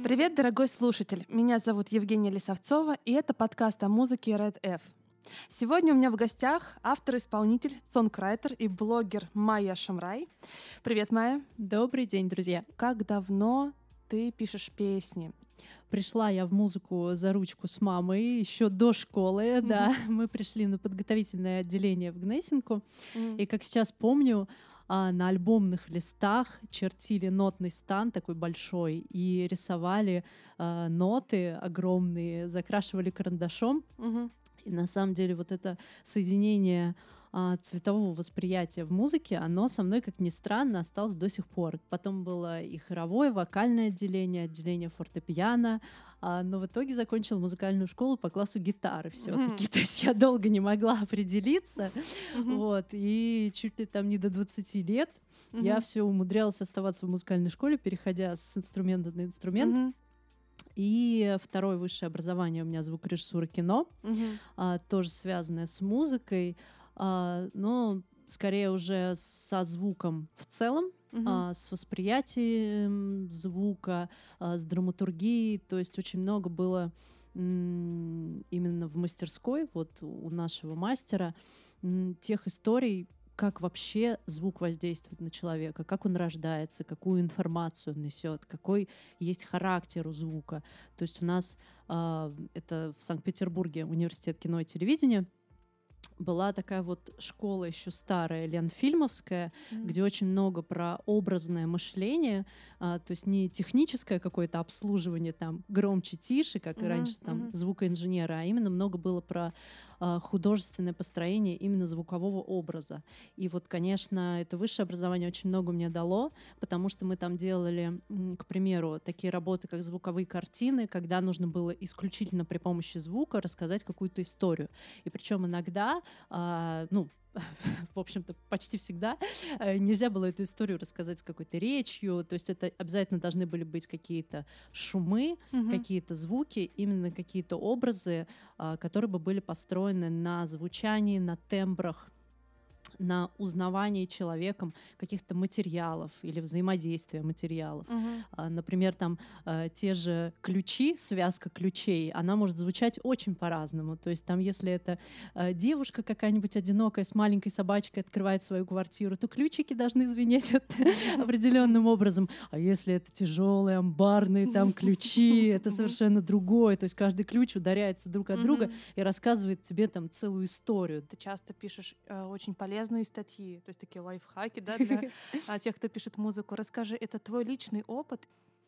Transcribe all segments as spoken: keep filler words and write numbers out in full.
Привет, дорогой слушатель! Меня зовут Евгения Лисовцова, и это подкаст о музыке Red F. Сегодня у меня в гостях автор-исполнитель, сонграйтер и блогер Майя Шамрай. Привет, Майя! Добрый день, друзья! Как давно ты пишешь песни? Пришла я в музыку за ручку с мамой еще до школы, mm-hmm. да. Мы пришли на подготовительное отделение в Гнесинку, mm-hmm. и, как сейчас помню, на альбомных листах чертили нотный стан такой большой и рисовали э, ноты огромные, закрашивали карандашом. Mm-hmm. И на самом деле вот это соединение а, цветового восприятия в музыке, оно со мной, как ни странно, осталось до сих пор. Потом было и хоровое, вокальное отделение, отделение фортепиано, а, но в итоге закончила музыкальную школу по классу гитары все-таки. Mm-hmm. То есть я долго не могла определиться. Mm-hmm. Вот, и чуть ли там не до двадцати лет mm-hmm. я все умудрялась оставаться в музыкальной школе, переходя с инструмента на инструмент. Mm-hmm. И второе высшее образование у меня звукорежиссура кино, uh-huh. а, тоже связанное с музыкой, а, но скорее уже со звуком в целом, uh-huh. а, с восприятием звука, а, с драматургией. То есть очень много было м- именно в мастерской, вот у нашего мастера, м- тех историй, как вообще звук воздействует на человека, как он рождается, какую информацию он несет, какой есть характер у звука. То есть у нас э, это в Санкт-Петербурге университет кино и телевидения, была такая вот школа еще старая, ленфильмовская, mm-hmm. где очень много про образное мышление, а, то есть не техническое какое-то обслуживание, там, громче, тише, как mm-hmm. и раньше, там, mm-hmm. звукоинженера, а именно много было про а, художественное построение именно звукового образа. И вот, конечно, это высшее образование очень много мне дало, потому что мы там делали, к примеру, такие работы, как звуковые картины, когда нужно было исключительно при помощи звука рассказать какую-то историю. И причем иногда А, ну, в общем-то, почти всегда нельзя было эту историю рассказать с какой-то речью, то есть это обязательно должны были быть какие-то шумы, mm-hmm. какие-то звуки, именно какие-то образы, а, которые бы были построены на звучании, на тембрах, на узнавании человеком каких-то материалов или взаимодействия материалов. Uh-huh. А, например, там а, те же ключи, связка ключей, она может звучать очень по-разному. То есть там, если это а, девушка какая-нибудь одинокая с маленькой собачкой открывает свою квартиру, то ключики должны звенеть определенным образом. А если это тяжелые амбарные там ключи, это совершенно другое. То есть каждый ключ ударяется друг от друга и рассказывает тебе там целую историю. Ты часто пишешь э, очень полезные статьи, то есть такие лайфхаки, да, для а, тех, кто пишет музыку. Расскажи, это твой личный опыт?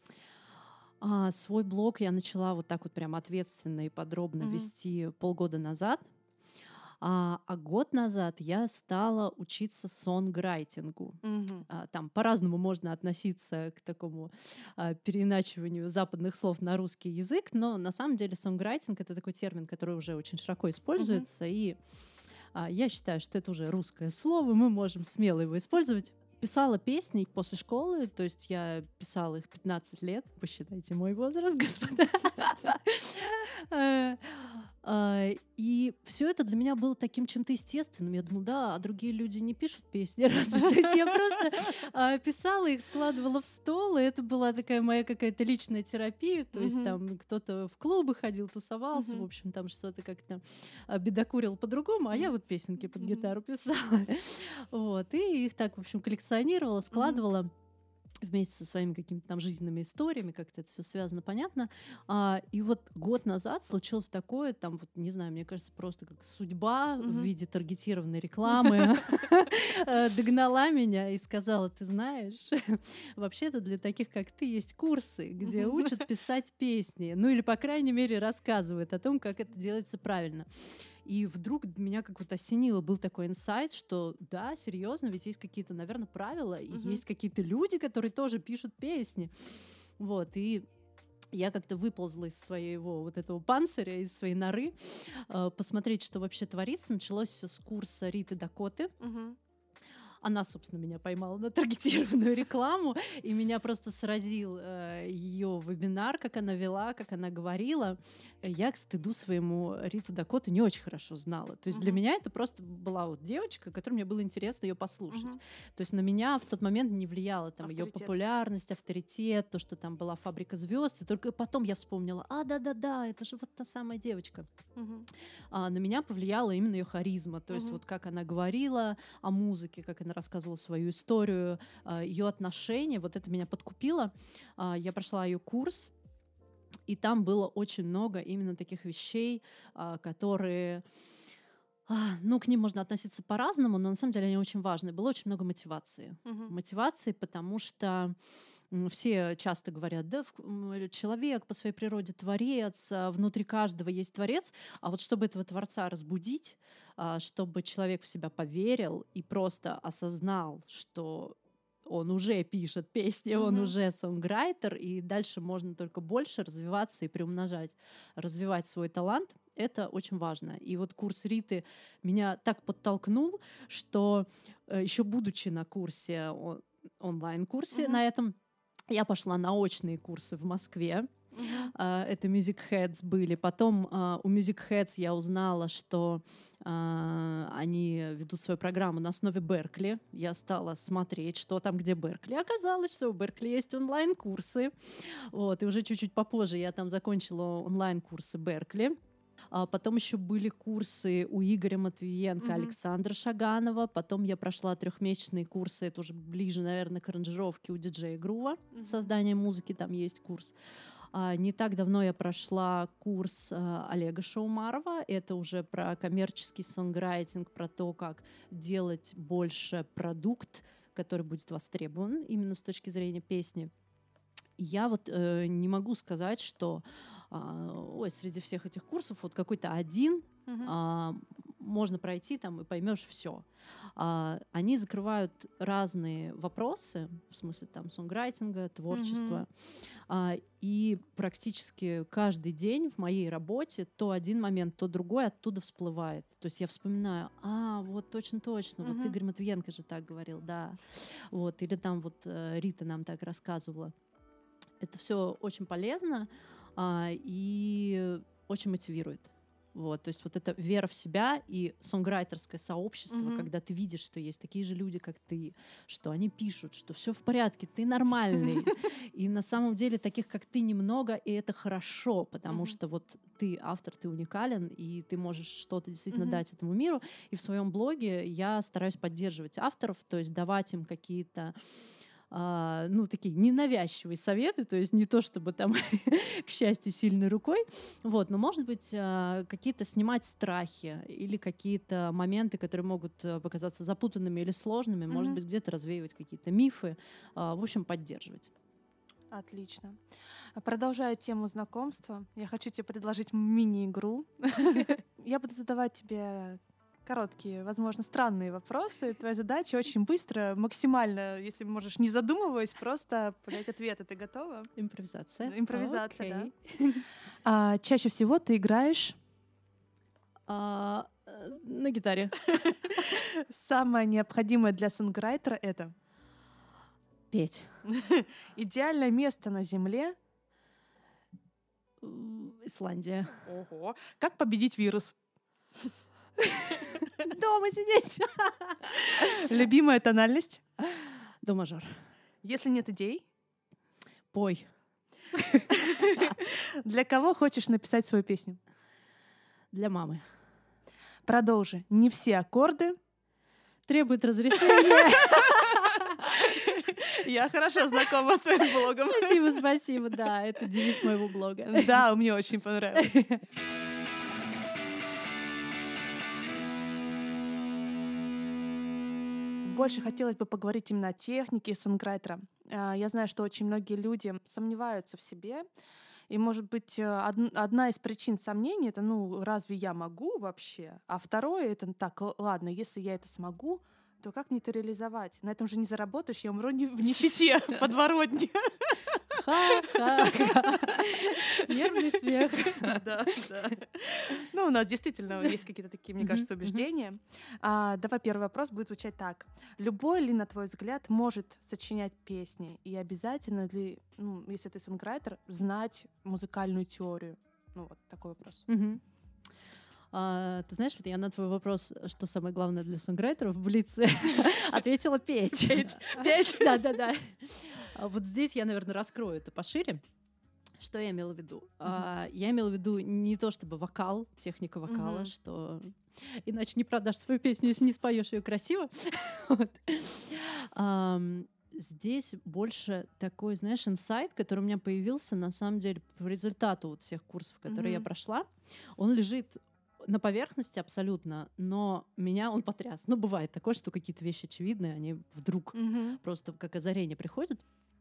А, свой блог я начала вот так вот прям ответственно и подробно mm-hmm. вести полгода назад. А, а год назад я стала учиться сонграйтингу. Mm-hmm. А, там по-разному можно относиться к такому а, переиначиванию западных слов на русский язык, но на самом деле сонграйтинг — это такой термин, который уже очень широко используется, mm-hmm. и а, я считаю, что это уже русское слово, мы можем смело его использовать. Писала песни после школы, то есть я писала их пятнадцать лет, посчитайте мой возраст, господа. И все это для меня было таким чем-то естественным. Я думала, да, а другие люди не пишут песни разве? То есть я просто писала их, складывала в стол, и это была такая моя какая-то личная терапия. То есть там кто-то в клубы ходил, тусовался, в общем, там что-то как-то бедокурил по-другому, а я вот песенки под гитару писала. Вот, и их так, в общем, коллекционировала, складывала. Вместе со своими какими-то там жизненными историями, как-то это все связано, понятно. А, и вот год назад случилось такое, там, вот, не знаю, мне кажется, просто как судьба mm-hmm. в виде таргетированной рекламы догнала меня и сказала: ты знаешь, вообще-то для таких, как ты, есть курсы, где учат писать песни, ну или, по крайней мере, рассказывают о том, как это делается правильно. И вдруг меня как вот осенило, был такой инсайт, что да, серьезно, ведь есть какие-то, наверное, правила, и uh-huh. есть какие-то люди, которые тоже пишут песни. Вот, и я как-то выползла из своего вот этого панциря, из своей норы, э, посмотреть, что вообще творится. Началось все с курса Риты Дакоты. Uh-huh. она, собственно, меня поймала на таргетированную рекламу, и меня просто сразил э, ее вебинар, как она вела, как она говорила. Я, к стыду своему, Риту Дакоту не очень хорошо знала. То есть uh-huh. для меня это просто была вот девочка, которой мне было интересно ее послушать. Uh-huh. То есть на меня в тот момент не влияла там ее популярность, авторитет, то, что там была «Фабрика звезд». И только потом я вспомнила, а, да-да-да, это же вот та самая девочка. Uh-huh. А, на меня повлияла именно ее харизма. То есть uh-huh. вот как она говорила о музыке, как она рассказывала свою историю, ее отношения, вот это меня подкупило. Я прошла ее курс, и там было очень много именно таких вещей, которые, ну, к ним можно относиться по-разному, но на самом деле они очень важны. Было очень много мотивации. Uh-huh. Мотивации, потому что все часто говорят, да, человек по своей природе творец, внутри каждого есть творец, а вот чтобы этого творца разбудить, чтобы человек в себя поверил и просто осознал, что он уже пишет песни, mm-hmm. он уже сонграйтер, и дальше можно только больше развиваться и приумножать, развивать свой талант. Это очень важно. И вот курс Риты меня так подтолкнул, что еще будучи на курсе, онлайн-курсе mm-hmm. на этом, я пошла на очные курсы в Москве. Uh-huh. Uh, это Music Heads были. Потом uh, у Music Heads я узнала, что uh, они ведут свою программу на основе Беркли. Я стала смотреть, что там, где Беркли. Оказалось, что у Беркли есть онлайн-курсы. Вот. И уже чуть-чуть попозже я там закончила онлайн-курсы Беркли. Uh, потом еще были курсы у Игоря Матвиенко, uh-huh. Александра Шаганова. Потом я прошла трехмесячные курсы, это уже ближе, наверное, к аранжировке у диджея Грува. Uh-huh. Создание музыки, там есть курс. Uh, не так давно я прошла курс uh, Олега Шаумарова. Это уже про коммерческий сонграйтинг, про то, как делать больше продукт, который будет востребован именно с точки зрения песни. Я вот э, не могу сказать, что э, ой, среди всех этих курсов вот какой-то один uh-huh. э, можно пройти там и поймешь все. Э, они закрывают разные вопросы, в смысле там сонграйтинга, творчества. Uh-huh. Э, и практически каждый день в моей работе то один момент, то другой оттуда всплывает. То есть я вспоминаю, а, вот точно-точно, uh-huh. вот Игорь Матвиенко же так говорил, да. Вот, или там вот э, Рита нам так рассказывала. Это все очень полезно а, и очень мотивирует. Вот, то есть вот эта вера в себя и сонграйтерское сообщество, mm-hmm. когда ты видишь, что есть такие же люди, как ты, что они пишут, что все в порядке, ты нормальный. И на самом деле таких, как ты, немного, и это хорошо, потому что вот ты автор, ты уникален, и ты можешь что-то действительно дать этому миру. И в своем блоге я стараюсь поддерживать авторов, то есть давать им какие-то Uh, ну, такие ненавязчивые советы, то есть не то, чтобы там, к счастью, сильной рукой, вот, но, может быть, uh, какие-то снимать страхи или какие-то моменты, которые могут показаться запутанными или сложными, mm-hmm. может быть, где-то развеивать какие-то мифы, uh, в общем, поддерживать. Отлично. Продолжая тему знакомства, я хочу тебе предложить мини-игру. Я буду задавать тебе короткие, возможно, странные вопросы. Твоя задача очень быстро, максимально, если можешь, не задумываясь, просто дать ответы. Ты готова? Импровизация. Импровизация, okay. да. А, чаще всего ты играешь? А, на гитаре. Самое необходимое для сонграйтера — это? Петь. Идеальное место на Земле? Исландия. Ого. Как победить вирус? Дома сидеть. Любимая тональность? До мажор. Если нет идей? Пой. Для кого хочешь написать свою песню? Для мамы. Продолжи. Не все аккорды требуют разрешения. Я хорошо знакома с твоим блогом. Спасибо, спасибо. Да, это девиз моего блога. Да, мне очень понравилось. Больше хотелось бы поговорить именно о технике сонграйтера. Я знаю, что очень многие люди сомневаются в себе. И, может быть, одна из причин сомнений — это, ну, разве я могу вообще? А второе — это, так, ладно, если я это смогу, то как мне это реализовать? На этом же не заработаешь, я умру в нищете подворотне. Ха-ха-ха. Нервный смех. Да, да. Ну, у нас действительно есть какие-то такие, мне кажется, убеждения. А, давай первый вопрос будет звучать так. Любой ли, на твой взгляд, может сочинять песни? И обязательно ли, ну, если ты сонграйтер, знать музыкальную теорию? Ну, вот такой вопрос. Мгм. А, ты знаешь, вот я на твой вопрос, что самое главное для сонграйтеров в Блице, ответила петь. Петь. Петь. Да-да-да. А Вот здесь я, наверное, раскрою это пошире. Что я имела в виду? А, Я имела в виду не то чтобы вокал, техника вокала, Мгм. что иначе не продашь свою песню, если не споешь ее красиво. Вот. Ам, Здесь больше такой, знаешь, инсайт, который у меня появился, на самом деле, по результату вот всех курсов, которые я Мгм. прошла. Он лежит на поверхности абсолютно, но меня он потряс. Ну, бывает такое, что какие-то вещи очевидные, они вдруг Мгм. просто как озарение приходят.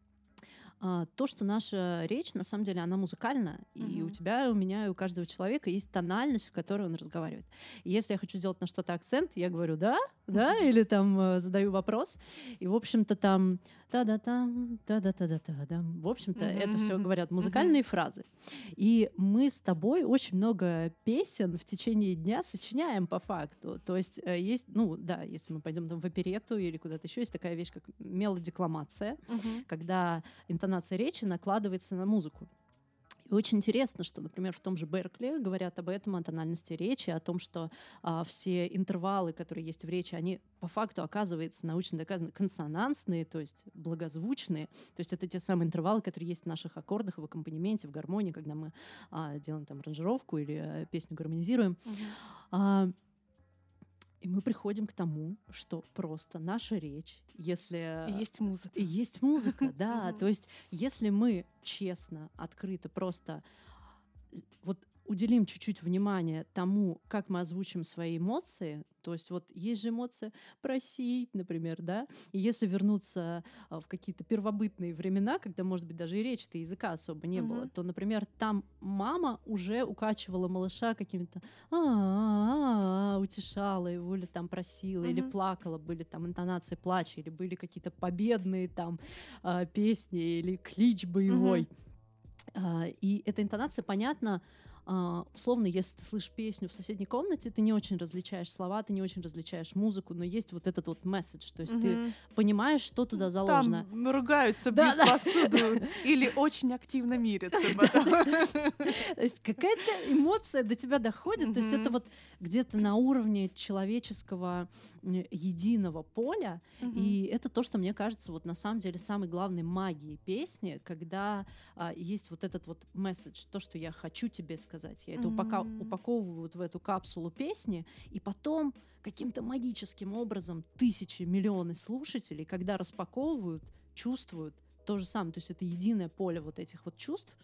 А, То, что наша речь, на самом деле, она музыкальна, и у Мгм. тебя, и у меня, и у каждого человека есть тональность, в которой он разговаривает. И если я хочу сделать на что-то акцент, я говорю «да», «да», или там э, задаю вопрос, и, в общем-то, там та-да-там, та-да-та-да-та-дам. В общем-то, это все Мгм. говорят Мгм. музыкальные фразы. И мы с тобой очень много песен в течение дня сочиняем по факту. То есть э, есть, ну да, если мы пойдем там в оперетту или куда-то еще, есть такая вещь, как мелодикламация, Мгм. когда интонация речи накладывается на музыку. И очень интересно, что, например, в том же Беркли говорят об этом, о тональности речи, о том, что а, все интервалы, которые есть в речи, они по факту, оказывается, научно доказаны консонансные, то есть благозвучные. То есть это те самые интервалы, которые есть в наших аккордах, в аккомпанементе, в гармонии, когда мы а, делаем там аранжировку или а, песню гармонизируем. Мгм. А, и мы приходим к тому, что просто наша речь, если И есть музыка. и есть музыка, да. Мгм. То есть, если мы честно, открыто, просто з- вот уделим чуть-чуть внимания тому, как мы озвучим свои эмоции, то есть вот есть же эмоция просить, например, да, и если вернуться а, в какие-то первобытные времена, когда, может быть, даже и речи-то языка особо не было, Мгм. то, например, там мама уже укачивала малыша какими-то а-а-а, утешала его, или там просила, или Мгм. плакала, были там интонации плача, или были какие-то победные там а, песни, или клич боевой. А, И эта интонация понятна. а, Условно, если ты слышишь песню в соседней комнате, ты не очень различаешь слова, ты не очень различаешь музыку, но есть вот этот вот месседж, то есть ты Мгм. понимаешь, что туда заложено. Там ругаются, Да, бьют да. посуду или очень активно мирятся потом. То есть какая-то эмоция до тебя доходит, то есть это Мгм. вот где-то на уровне человеческого м, единого поля, Мгм. и это то, что мне кажется вот на самом деле самой главной магией песни, когда а, есть вот этот вот месседж, то, что я хочу тебе сказать, я это упака- Мгм. упаковываю вот в эту капсулу песни, и потом каким-то магическим образом тысячи, миллионы слушателей, когда распаковывают, чувствуют то же самое, то есть это единое поле вот этих вот чувств.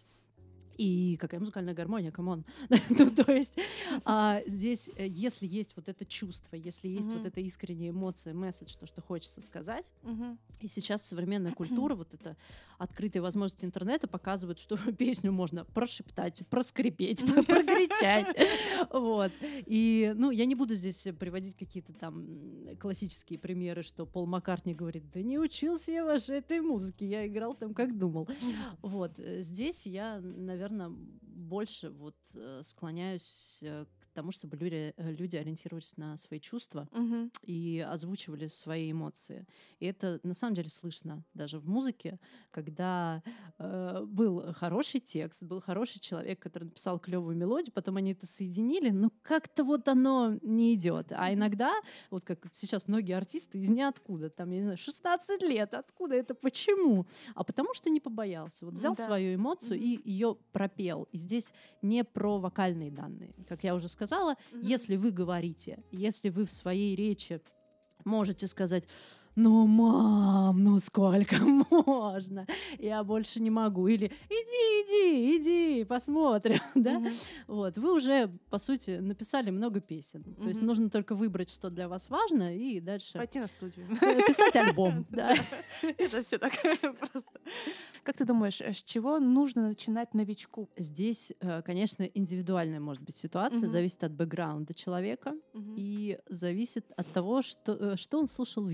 И какая музыкальная гармония, камон. Ну, то есть а, здесь, э, если есть вот это чувство, если есть вот Мгм. эта искренняя эмоция, месседж, то, что хочется сказать, Мгм. и сейчас современная культура, вот эта открытые возможности интернета показывают, что песню можно прошептать, проскрипеть, прокричать. Вот. И, ну, я не буду здесь приводить какие-то там м, классические примеры, что Пол Маккартни говорит, да не учился я вашей этой музыке, я играл там как думал. Вот. э, Здесь я, наверное, больше вот э, склоняюсь э, к тому, чтобы люди, э, люди ориентировались на свои чувства Мгм. и озвучивали свои эмоции. И это на самом деле слышно даже в музыке, когда э, был хороший текст, был хороший человек, который написал клевую мелодию, потом они это соединили, но как-то вот оно не идет. А Мгм. иногда, вот как сейчас многие артисты из ниоткуда, там, я не знаю, шестнадцать лет, откуда это, почему? А потому что не побоялся. Вот взял Да. свою эмоцию Мгм. и ее пропел. И здесь не про вокальные данные. Как я уже сказала, Мгм. если вы говорите, если вы в своей речи можете сказать, ну, мам, ну сколько можно? Я больше не могу. Или иди, иди, иди, посмотрим. Да? Мгм. Вот. Вы уже, по сути, написали много песен. То есть Мгм. нужно только выбрать, что для вас важно, и дальше Пойти на студию. э, писать альбом. Да. Это все так просто. Как ты думаешь, э, с чего нужно начинать новичку? Здесь, э, конечно, индивидуальная может быть ситуация, Мгм. зависит от бэкграунда человека Мгм. и зависит от того, что, э, что он слушал в юности.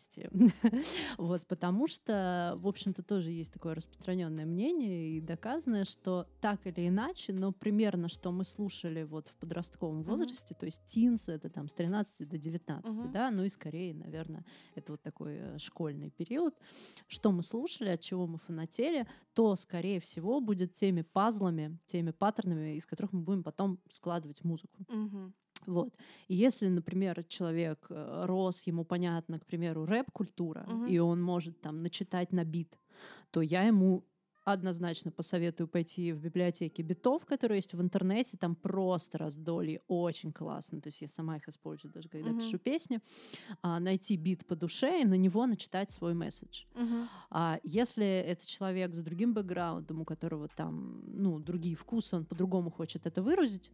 возрасте. Вот, потому что, в общем-то, тоже есть такое распространенное мнение и доказанное, что так или иначе, но примерно, что мы слушали вот в подростковом возрасте, mm-hmm. то есть тинс, это там с тринадцати до девятнадцати, mm-hmm. да, ну и скорее, наверное, это вот такой школьный период, что мы слушали, от чего мы фанатели, то, скорее всего, будет теми пазлами, теми паттернами, из которых мы будем потом складывать музыку. Mm-hmm. Вот. И если, например, человек рос, ему понятно, к примеру, рэп-культура, угу. и он может там начитать на бит, то я ему однозначно посоветую пойти в библиотеки битов, которые есть в интернете, там просто раздолье, очень классно, то есть я сама их использую даже когда угу. пишу песни, а, найти бит по душе и на него начитать свой месседж. Угу. А если это человек с другим бэкграундом, у которого там, ну, другие вкусы, он по-другому хочет это выразить,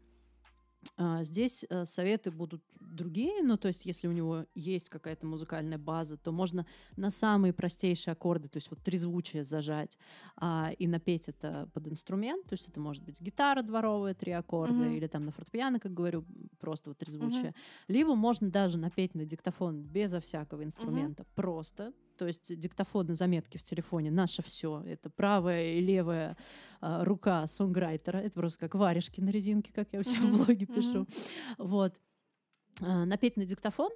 здесь советы будут другие, ну, то есть если у него есть какая-то музыкальная база, то можно на самые простейшие аккорды, то есть вот трезвучие зажать а, и напеть это под инструмент, то есть это может быть гитара дворовая, три аккорда, mm-hmm. или там на фортепиано, как говорю, просто вот трезвучие. Mm-hmm. Либо можно даже напеть на диктофон безо всякого инструмента, mm-hmm. просто. То есть диктофон и заметки в телефоне — наше все. Это правая и левая а, рука сонграйтера. Это просто как варежки на резинке, как я у себя mm-hmm. в блоге пишу. Mm-hmm. Вот. А, напеть на диктофон.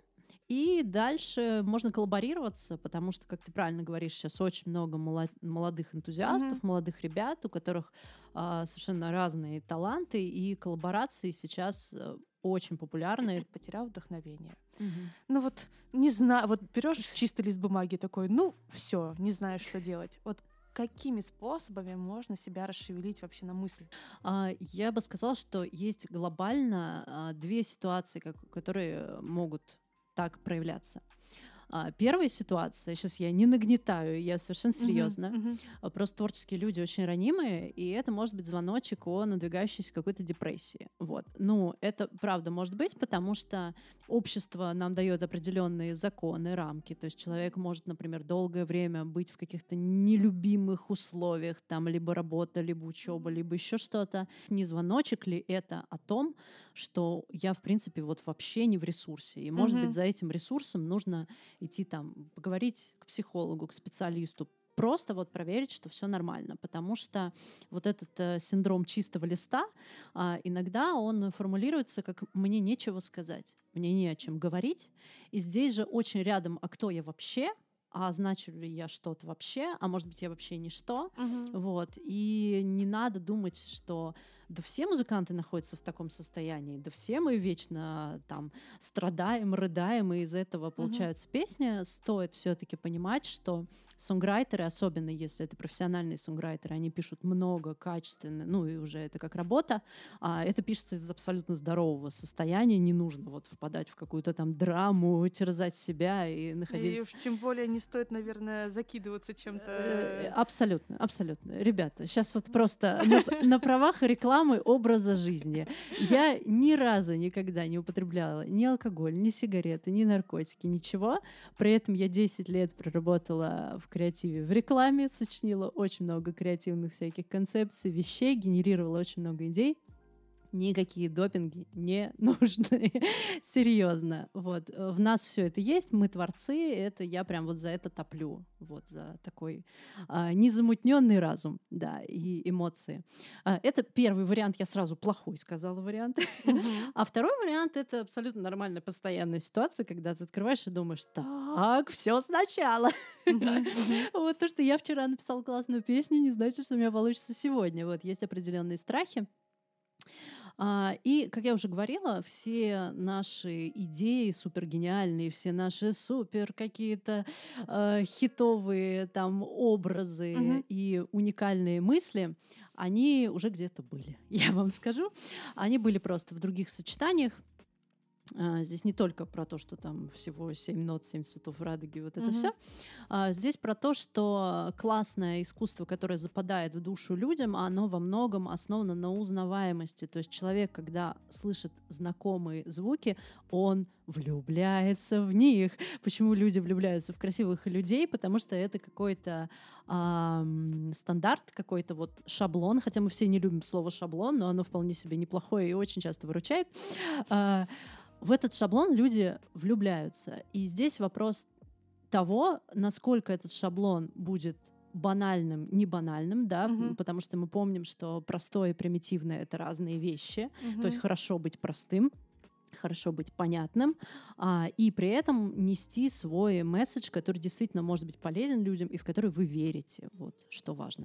И дальше можно коллаборироваться, потому что, как ты правильно говоришь, сейчас очень много молодых энтузиастов, mm-hmm. молодых ребят, у которых а, совершенно разные таланты, и коллаборации сейчас а, очень популярны. Потерял вдохновение. Угу. Ну вот, не знаю, вот берешь чистый лист бумаги такой, ну все, не знаю, что делать. Вот какими способами можно себя расшевелить вообще на мысль? А, я бы сказала, что есть глобально а, две ситуации, как, которые могут так проявляться. Первая ситуация, сейчас я не нагнетаю, я совершенно серьезно, uh-huh, uh-huh. просто творческие люди очень ранимые, и это может быть звоночек о надвигающейся какой-то депрессии. Вот. Ну, это правда может быть, потому что общество нам дает определенные законы, рамки, то есть человек может, например, долгое время быть в каких-то нелюбимых условиях, там либо работа, либо учеба, либо еще что-то. Не звоночек ли это о том, что я, в принципе, вот вообще не в ресурсе, и, может uh-huh. быть, за этим ресурсом нужно идти там, поговорить к психологу, к специалисту, просто вот проверить, что все нормально, потому что вот этот э, синдром чистого листа э, иногда он формулируется как «мне нечего сказать», «мне не о чем говорить», и здесь же очень рядом «а кто я вообще?», а значу ли я что-то вообще, а может быть, я вообще ничто, uh-huh. вот, и не надо думать, что да все музыканты находятся в таком состоянии, да все мы вечно там страдаем, рыдаем, и из этого получаются uh-huh. песни. Стоит все-таки понимать, что сонграйтеры, особенно если это профессиональные сонграйтеры, они пишут много, качественно, ну и уже это как работа, а это пишется из абсолютно здорового состояния, не нужно вот впадать в какую-то там драму, терзать себя и находить... И уж тем более не стоит, наверное, закидываться чем-то... Абсолютно, абсолютно. Ребята, сейчас вот просто на, на правах рекламы образа жизни. Я ни разу никогда не употребляла ни алкоголь, ни сигареты, ни наркотики, ничего. При этом я десять лет проработала в креативе, в рекламе, сочинила очень много креативных всяких концепций, вещей, генерировала очень много идей. Никакие допинги не нужны. Серьезно. Вот. В нас все это есть, мы творцы, это я прям вот за это топлю. Вот за такой а, незамутненный разум, да, и эмоции. А, это первый вариант, я сразу плохой сказала вариант. Uh-huh. А второй вариант — это абсолютно нормальная постоянная ситуация, когда ты открываешь и думаешь: так, все сначала. Uh-huh. Uh-huh. Вот то, что я вчера написала классную песню, не значит, что у меня получится сегодня. Вот есть определенные страхи. И, как я уже говорила, все наши идеи супергениальные, все наши супер какие-то э, хитовые там образы mm-hmm. и уникальные мысли, они уже где-то были, я вам скажу. Они были просто в других сочетаниях. А, здесь не только про то, что там всего семь нот, семь цветов радуги, вот это mm-hmm. все. А, здесь про то, что классное искусство, которое западает в душу людям, оно во многом основано на узнаваемости. То есть человек, когда слышит знакомые звуки, он влюбляется в них. Почему люди влюбляются в красивых людей? Потому что это какой-то а, стандарт, какой-то вот шаблон, хотя мы все не любим слово шаблон, но оно вполне себе неплохое и очень часто выручает. А, В этот шаблон люди влюбляются. И здесь вопрос того, насколько этот шаблон будет банальным, не банальным, да, Мгм. потому что мы помним, что простое и примитивное — это разные вещи. Мгм. То есть хорошо быть простым, хорошо быть понятным, а, и при этом нести свой месседж, который действительно может быть полезен людям и в который вы верите, вот, что важно.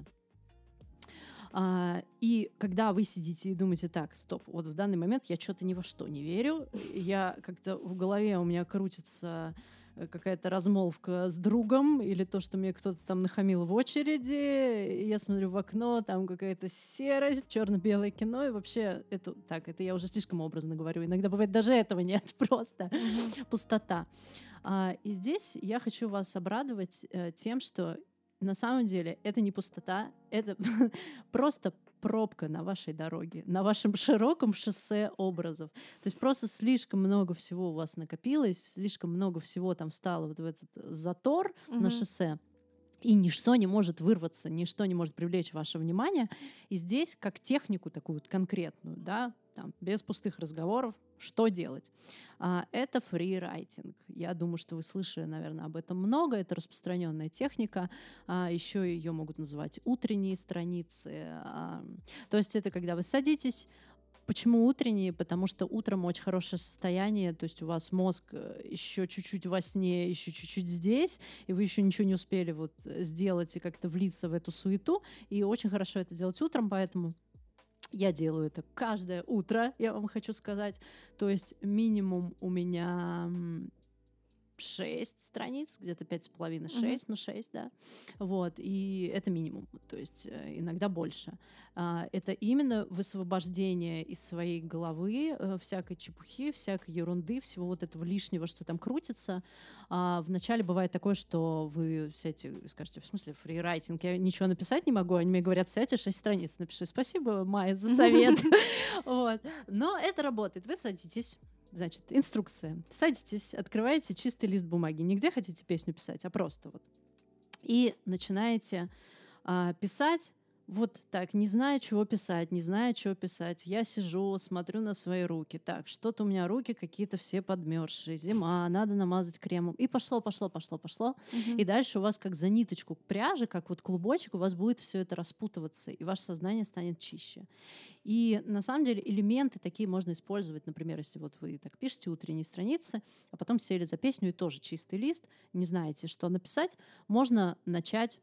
А, и когда вы сидите и думаете, так, стоп, вот в данный момент я что-то ни во что не верю, я как-то в голове у меня крутится какая-то размолвка с другом или то, что мне кто-то там нахамил в очереди, и я смотрю в окно, там какая-то серость, черно-белое кино, и вообще это так, это я уже слишком образно говорю. Иногда бывает даже этого нет, просто Мгм. пустота. А, и здесь я хочу вас обрадовать э, тем, что на самом деле это не пустота, это просто пробка на вашей дороге, на вашем широком шоссе образов. То есть просто слишком много всего у вас накопилось, слишком много всего там встало вот в этот затор на Мгм. шоссе, и ничто не может вырваться, ничто не может привлечь ваше внимание. И здесь как технику такую вот конкретную, да, там, без пустых разговоров, что делать? А, это фрирайтинг. Я думаю, что вы слышали, наверное, об этом много. Это распространенная техника. А, еще ее могут называть утренние страницы. А, то есть это когда вы садитесь. Почему утренние? Потому что утром очень хорошее состояние, то есть у вас мозг еще чуть-чуть во сне, еще чуть-чуть здесь, и вы еще ничего не успели вот сделать и как-то влиться в эту суету, и очень хорошо это делать утром, поэтому я делаю это каждое утро, я вам хочу сказать. То есть минимум у меня шесть страниц, где-то пять с половиной, шесть, ну шесть, да. Вот, и это минимум, то есть э, иногда больше. А, это именно высвобождение из своей головы э, всякой чепухи, всякой ерунды, всего вот этого лишнего, что там крутится. А, вначале бывает такое, что вы сядете, скажете, в смысле фрирайтинг, я ничего написать не могу, они мне говорят, сядьте, шесть страниц напиши. Спасибо, Майя, за совет. Вот. Но это работает. Вы садитесь. Значит, инструкция. Садитесь, открываете чистый лист бумаги. Не где хотите песню писать, а просто вот. И начинаете а, писать. Вот так, не знаю, чего писать, не знаю, чего писать. Я сижу, смотрю на свои руки. Так, что-то у меня руки какие-то все подмерзшие. Зима, надо намазать кремом. И пошло, пошло, пошло, пошло. Мгм. И дальше у вас как за ниточку к пряже, как вот клубочек, у вас будет все это распутываться, и ваше сознание станет чище. И на самом деле элементы такие можно использовать, например, если вот вы так пишете утренние страницы, а потом сели за песню и тоже чистый лист, не знаете, что написать, можно начать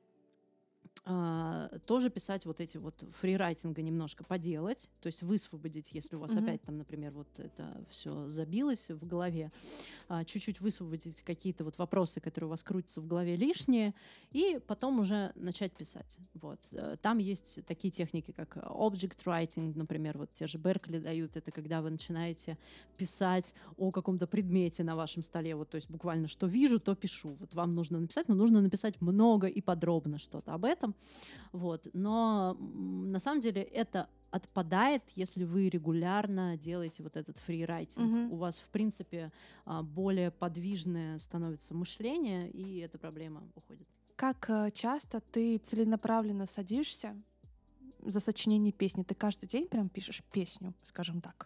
а, тоже писать вот эти вот фрирайтинга немножко поделать, то есть высвободить, если у вас Мгм. опять там, например, вот это все забилось в голове, а, чуть-чуть высвободить какие-то вот вопросы, которые у вас крутятся в голове лишние, и потом уже начать писать. Вот. Э, Там есть такие техники, как object writing, например, вот те же Беркли дают, это когда вы начинаете писать о каком-то предмете на вашем столе, вот, то есть буквально что вижу, то пишу. Вот вам нужно написать, но нужно написать много и подробно что-то об этом. Вот. Но м, на самом деле это отпадает, если вы регулярно делаете вот этот фрирайтинг. Мгм. У вас, в принципе, а, более подвижное становится мышление, и эта проблема уходит. Как э, часто ты целенаправленно садишься за сочинение песни? Ты каждый день прям пишешь песню, скажем так?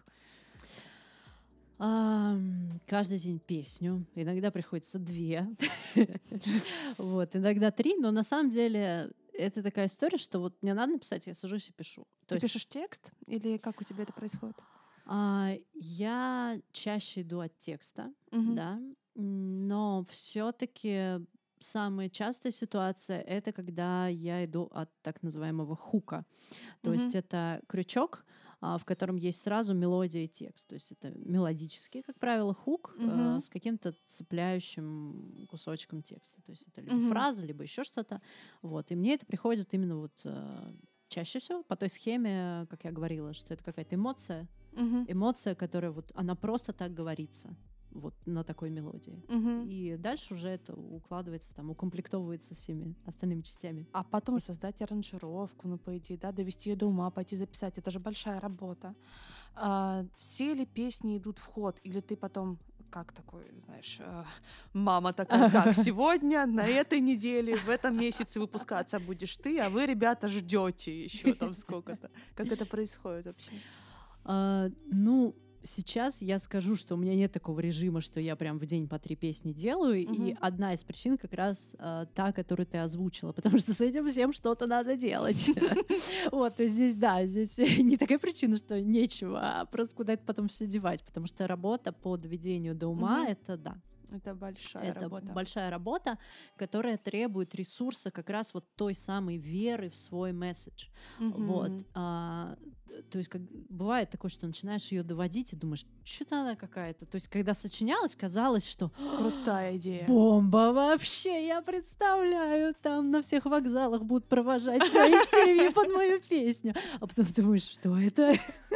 Ам, Каждый день песню. Иногда приходится две. Вот, иногда три, но на самом деле это такая история, что вот мне надо написать, я сажусь и пишу. То Ты есть пишешь текст или как у тебя это происходит? а, я чаще иду от текста, Мгм. да, м, но все-таки самая частая ситуация — это когда я иду от так называемого хука. То Мгм. есть это крючок, а, в котором есть сразу мелодия и текст. То есть это мелодический, как правило, хук э, Мгм. с каким-то цепляющим кусочком текста. То есть это либо Мгм. фраза, либо еще что-то. Вот. И мне это приходит именно вот э, чаще всего по той схеме, как я говорила, что это какая-то эмоция, Мгм. эмоция, которая вот, она просто так говорится, вот на такой мелодии. Мгм. И дальше уже это укладывается, там, укомплектовывается всеми остальными частями. А потом создать аранжировку, ну, по идее, да, довести ее до ума, пойти записать. Это же большая работа. А, все ли песни идут в ход? Или ты потом, как такой, знаешь, э, мама такая, так, сегодня, на этой неделе, в этом месяце выпускаться будешь ты, а вы, ребята, ждете еще там сколько-то. Как это происходит вообще? А, ну, сейчас я скажу, что у меня нет такого режима, что я прям в день по три песни делаю, uh-huh. и одна из причин как раз э, та, которую ты озвучила, потому что с этим всем что-то надо делать. Вот, то есть здесь, да, здесь не такая причина, что нечего, а просто куда-то потом все девать, потому что работа по доведению до ума — это да. Это большая это работа. большая работа, которая требует ресурса как раз вот той самой веры в свой месседж. Mm-hmm. Вот. А, то есть как, бывает такое, что начинаешь ее доводить и думаешь, что-то она какая-то. То есть когда сочинялась, казалось, что крутая идея. Бомба вообще, я представляю, там на всех вокзалах будут провожать свои семьи под мою песню. А потом ты думаешь, что это?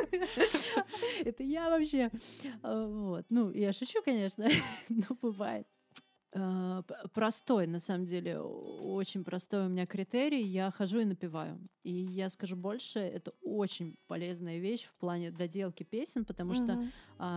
Это я вообще. Вот. Ну, я шучу, конечно, но бывает. Простой, на самом деле, очень простой у меня критерий. Я хожу и напеваю. И я скажу больше, это очень полезная вещь в плане доделки песен, потому mm-hmm. что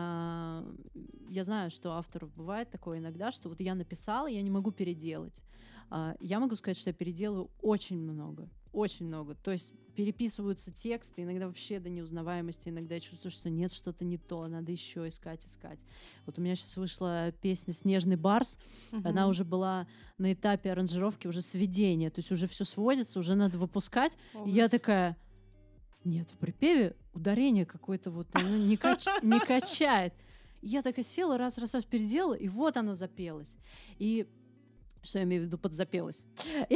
а, я знаю, что авторов бывает такое иногда, что вот я написала, я не могу переделать. А, я могу сказать, что я переделываю очень много. Очень много. То есть переписываются тексты, иногда вообще до неузнаваемости, иногда я чувствую, что нет, что-то не то, надо еще искать, искать. Вот у меня сейчас вышла песня «Снежный барс», uh-huh. она уже была на этапе аранжировки, уже сведения, то есть уже все сводится, уже надо выпускать. Oh, и я такая, нет, в припеве ударение какое-то вот, оно не, кач... не качает. И я такая села, раз, раз, раз переделала, и вот оно запелось. И что я имею в виду под запелось.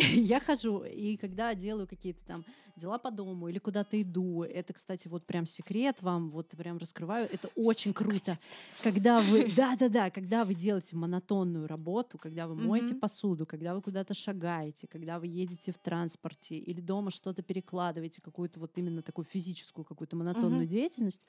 Я хожу, и когда делаю какие-то там дела по дому или куда-то иду, это, кстати, вот прям секрет вам, вот прям раскрываю, это очень круто. Когда вы, да-да-да, когда вы делаете монотонную работу, когда вы моете mm-hmm. посуду, когда вы куда-то шагаете, когда вы едете в транспорте или дома что-то перекладываете, какую-то вот именно такую физическую какую-то монотонную mm-hmm. деятельность,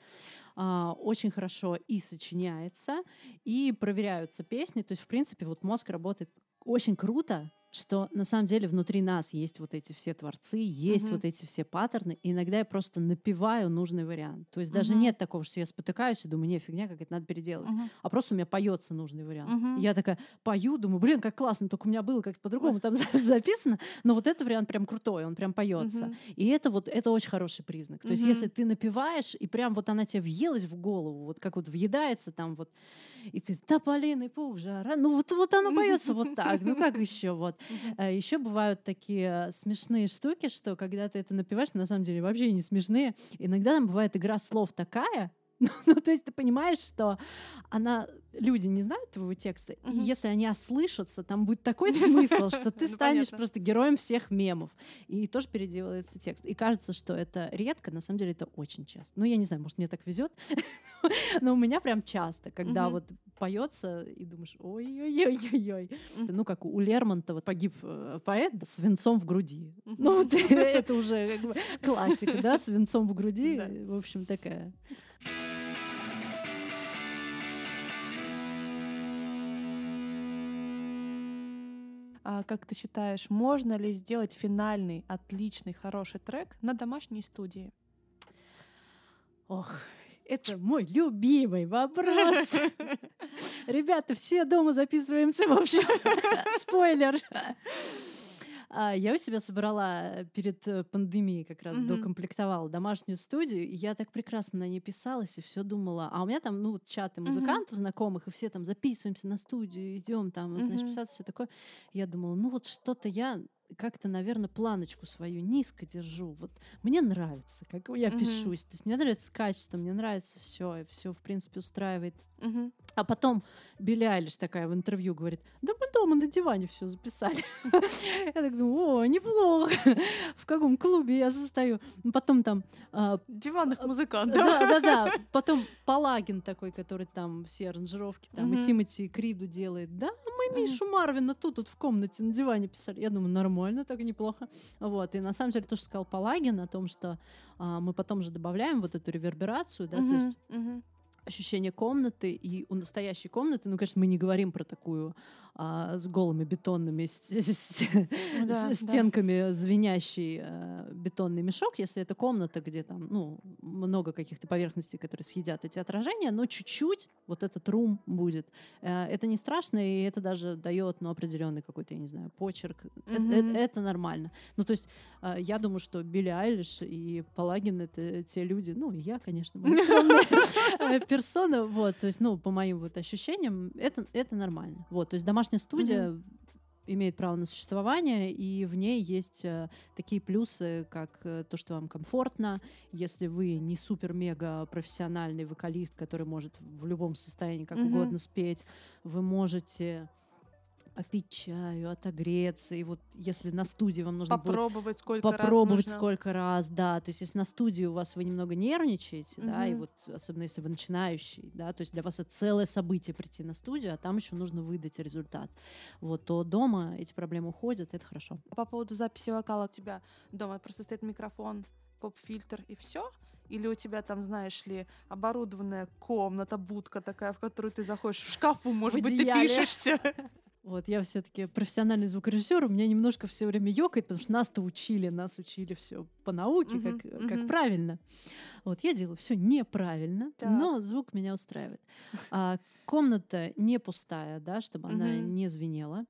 а, очень хорошо и сочиняется, и проверяются песни, то есть, в принципе, вот мозг работает очень круто, что на самом деле внутри нас есть вот эти все творцы, есть uh-huh. вот эти все паттерны, и иногда я просто напеваю нужный вариант. То есть uh-huh. даже нет такого, что я спотыкаюсь и думаю, не, фигня какая-то, надо переделать. Uh-huh. А просто у меня поется нужный вариант. Uh-huh. Я такая пою, думаю, блин, как классно, только у меня было как-то по-другому там записано, но вот этот вариант прям крутой, он прям поется. Uh-huh. И это вот, это очень хороший признак. То uh-huh. есть если ты напеваешь, и прям вот она тебе въелась в голову, вот как вот въедается там вот, и ты тополиный пух, жара, ну вот, вот оно поется вот так, ну как еще вот. Uh-huh. Еще бывают такие смешные штуки, что когда ты это напеваешь, на самом деле вообще не смешные. Иногда там бывает игра слов такая, ну, то есть ты понимаешь, что она, люди не знают твоего текста, uh-huh. и если они ослышатся, там будет такой смысл, что ты станешь просто героем всех мемов. И тоже переделывается текст. И кажется, что это редко, на самом деле это очень часто. Ну, я не знаю, может, мне так везет, но у меня прям часто, когда вот поется, и думаешь, ой-ой-ой-ой-ой. Ну, как у Лермонтова погиб поэт с венцом в груди. Ну, вот это уже классика, да, с венцом в груди. В общем, такая... А как ты считаешь, можно ли сделать финальный, отличный, хороший трек на домашней студии? Ох, это мой любимый вопрос. Ребята, все дома записываемся, в общем. Спойлер. Я у себя собрала перед пандемией, как раз mm-hmm. докомплектовала домашнюю студию, и я так прекрасно на ней писалась и все думала. А у меня там, ну, чаты музыкантов mm-hmm. знакомых, и все там записываемся на студию, идем там, mm-hmm. значит, писаться, все такое. Я думала, ну вот что-то я как-то, наверное, планочку свою низко держу. Вот мне нравится, как я mm-hmm. пишусь. То есть мне нравится качество, мне нравится все, и все, в принципе, устраивает. Mm-hmm. А потом Билли Айлиш такая в интервью говорит, да мы дома на диване все записали. Я так думаю, о, неплохо. В каком клубе я состою? Потом там... Диванных музыкантов. Да-да-да. Потом Палагин такой, который там все аранжировки, там и Тимоти Криду делает. Да, мы Мишу Марвина тут вот в комнате на диване писали. Я думаю, нормально, так неплохо. Вот. И на самом деле то, что сказал Палагин о том, что мы потом же добавляем вот эту реверберацию, да, то есть ощущение комнаты, и у настоящей комнаты, ну, конечно, мы не говорим про такую а, с голыми бетонными с, с, да, с, стенками да. звенящий а, бетонный мешок, если это комната, где там, ну, много каких-то поверхностей, которые съедят эти отражения, но чуть-чуть вот этот рум будет. А, это не страшно, и это даже дает, ну, определенный какой-то, я не знаю, почерк. Mm-hmm. Это, это, это нормально. Ну, то есть а, я думаю, что Билли Айлиш и Палагин — это те люди, ну, и я, конечно, мои скромные персона, вот, то есть, ну, по моим вот ощущениям, это, это нормально. Вот, то есть домашняя студия mm-hmm. имеет право на существование, и в ней есть э, такие плюсы, как э, то, что вам комфортно, если вы не супер-мега профессиональный вокалист, который может в любом состоянии как mm-hmm. угодно спеть, вы можете попить чаю, отогреться, и вот если на студии вам нужно попробовать будет сколько попробовать раз сколько раз, да, то есть если на студии у вас вы немного нервничаете, угу. да, и вот особенно если вы начинающий, да, то есть для вас это целое событие прийти на студию, а там еще нужно выдать результат, вот, то дома эти проблемы уходят, это хорошо. По поводу записи вокала, у тебя дома просто стоит микрофон, поп-фильтр и все? Или у тебя там, знаешь ли, оборудованная комната, будка такая, в которую ты заходишь в шкафу, может быть, ты пишешься? Вот, я все-таки профессиональный звукорежиссер, у меня немножко все время ёкает, потому что нас-то учили, нас учили все по науке, uh-huh, как, uh-huh. как правильно. Вот, я делаю все неправильно, так. но звук меня устраивает. А, комната не пустая, да, чтобы uh-huh. она не звенела.